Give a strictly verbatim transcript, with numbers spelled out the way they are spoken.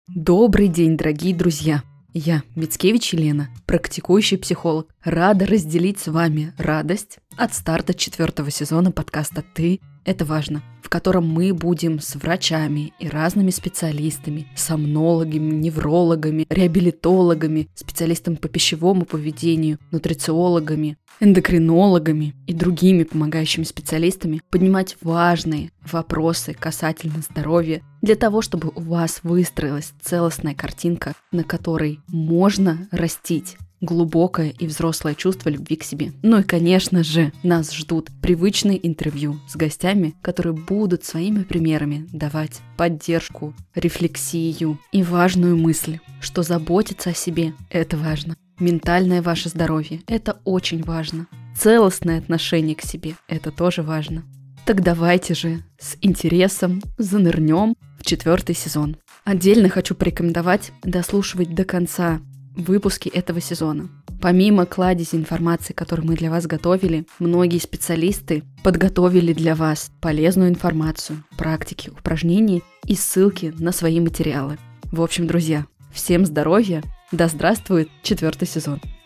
Добрый день, дорогие друзья! Я, Мицкевич Елена, практикующий психолог, рада разделить с вами радость от старта четвертого сезона подкаста «Ты – это важно», в котором мы будем с врачами и разными специалистами, сомнологами, неврологами, реабилитологами, специалистами по пищевому поведению, нутрициологами, эндокринологами и другими помогающими специалистами поднимать важные вопросы касательно здоровья для того, чтобы у вас выстроилась целостная картинка, на которой можно растить глубокое и взрослое чувство любви к себе. Ну и, конечно же, нас ждут привычные интервью с гостями, которые будут своими примерами давать поддержку, рефлексию и важную мысль, что заботиться о себе – это важно. Ментальное ваше здоровье – это очень важно. Целостное отношение к себе – это тоже важно. Так давайте же с интересом занырнем в четвертый сезон. Отдельно хочу порекомендовать дослушивать до конца выпуски этого сезона. Помимо кладези информации, которую мы для вас готовили, многие специалисты подготовили для вас полезную информацию, практики, упражнения и ссылки на свои материалы. В общем, друзья, всем здоровья! Да здравствует четвертый сезон!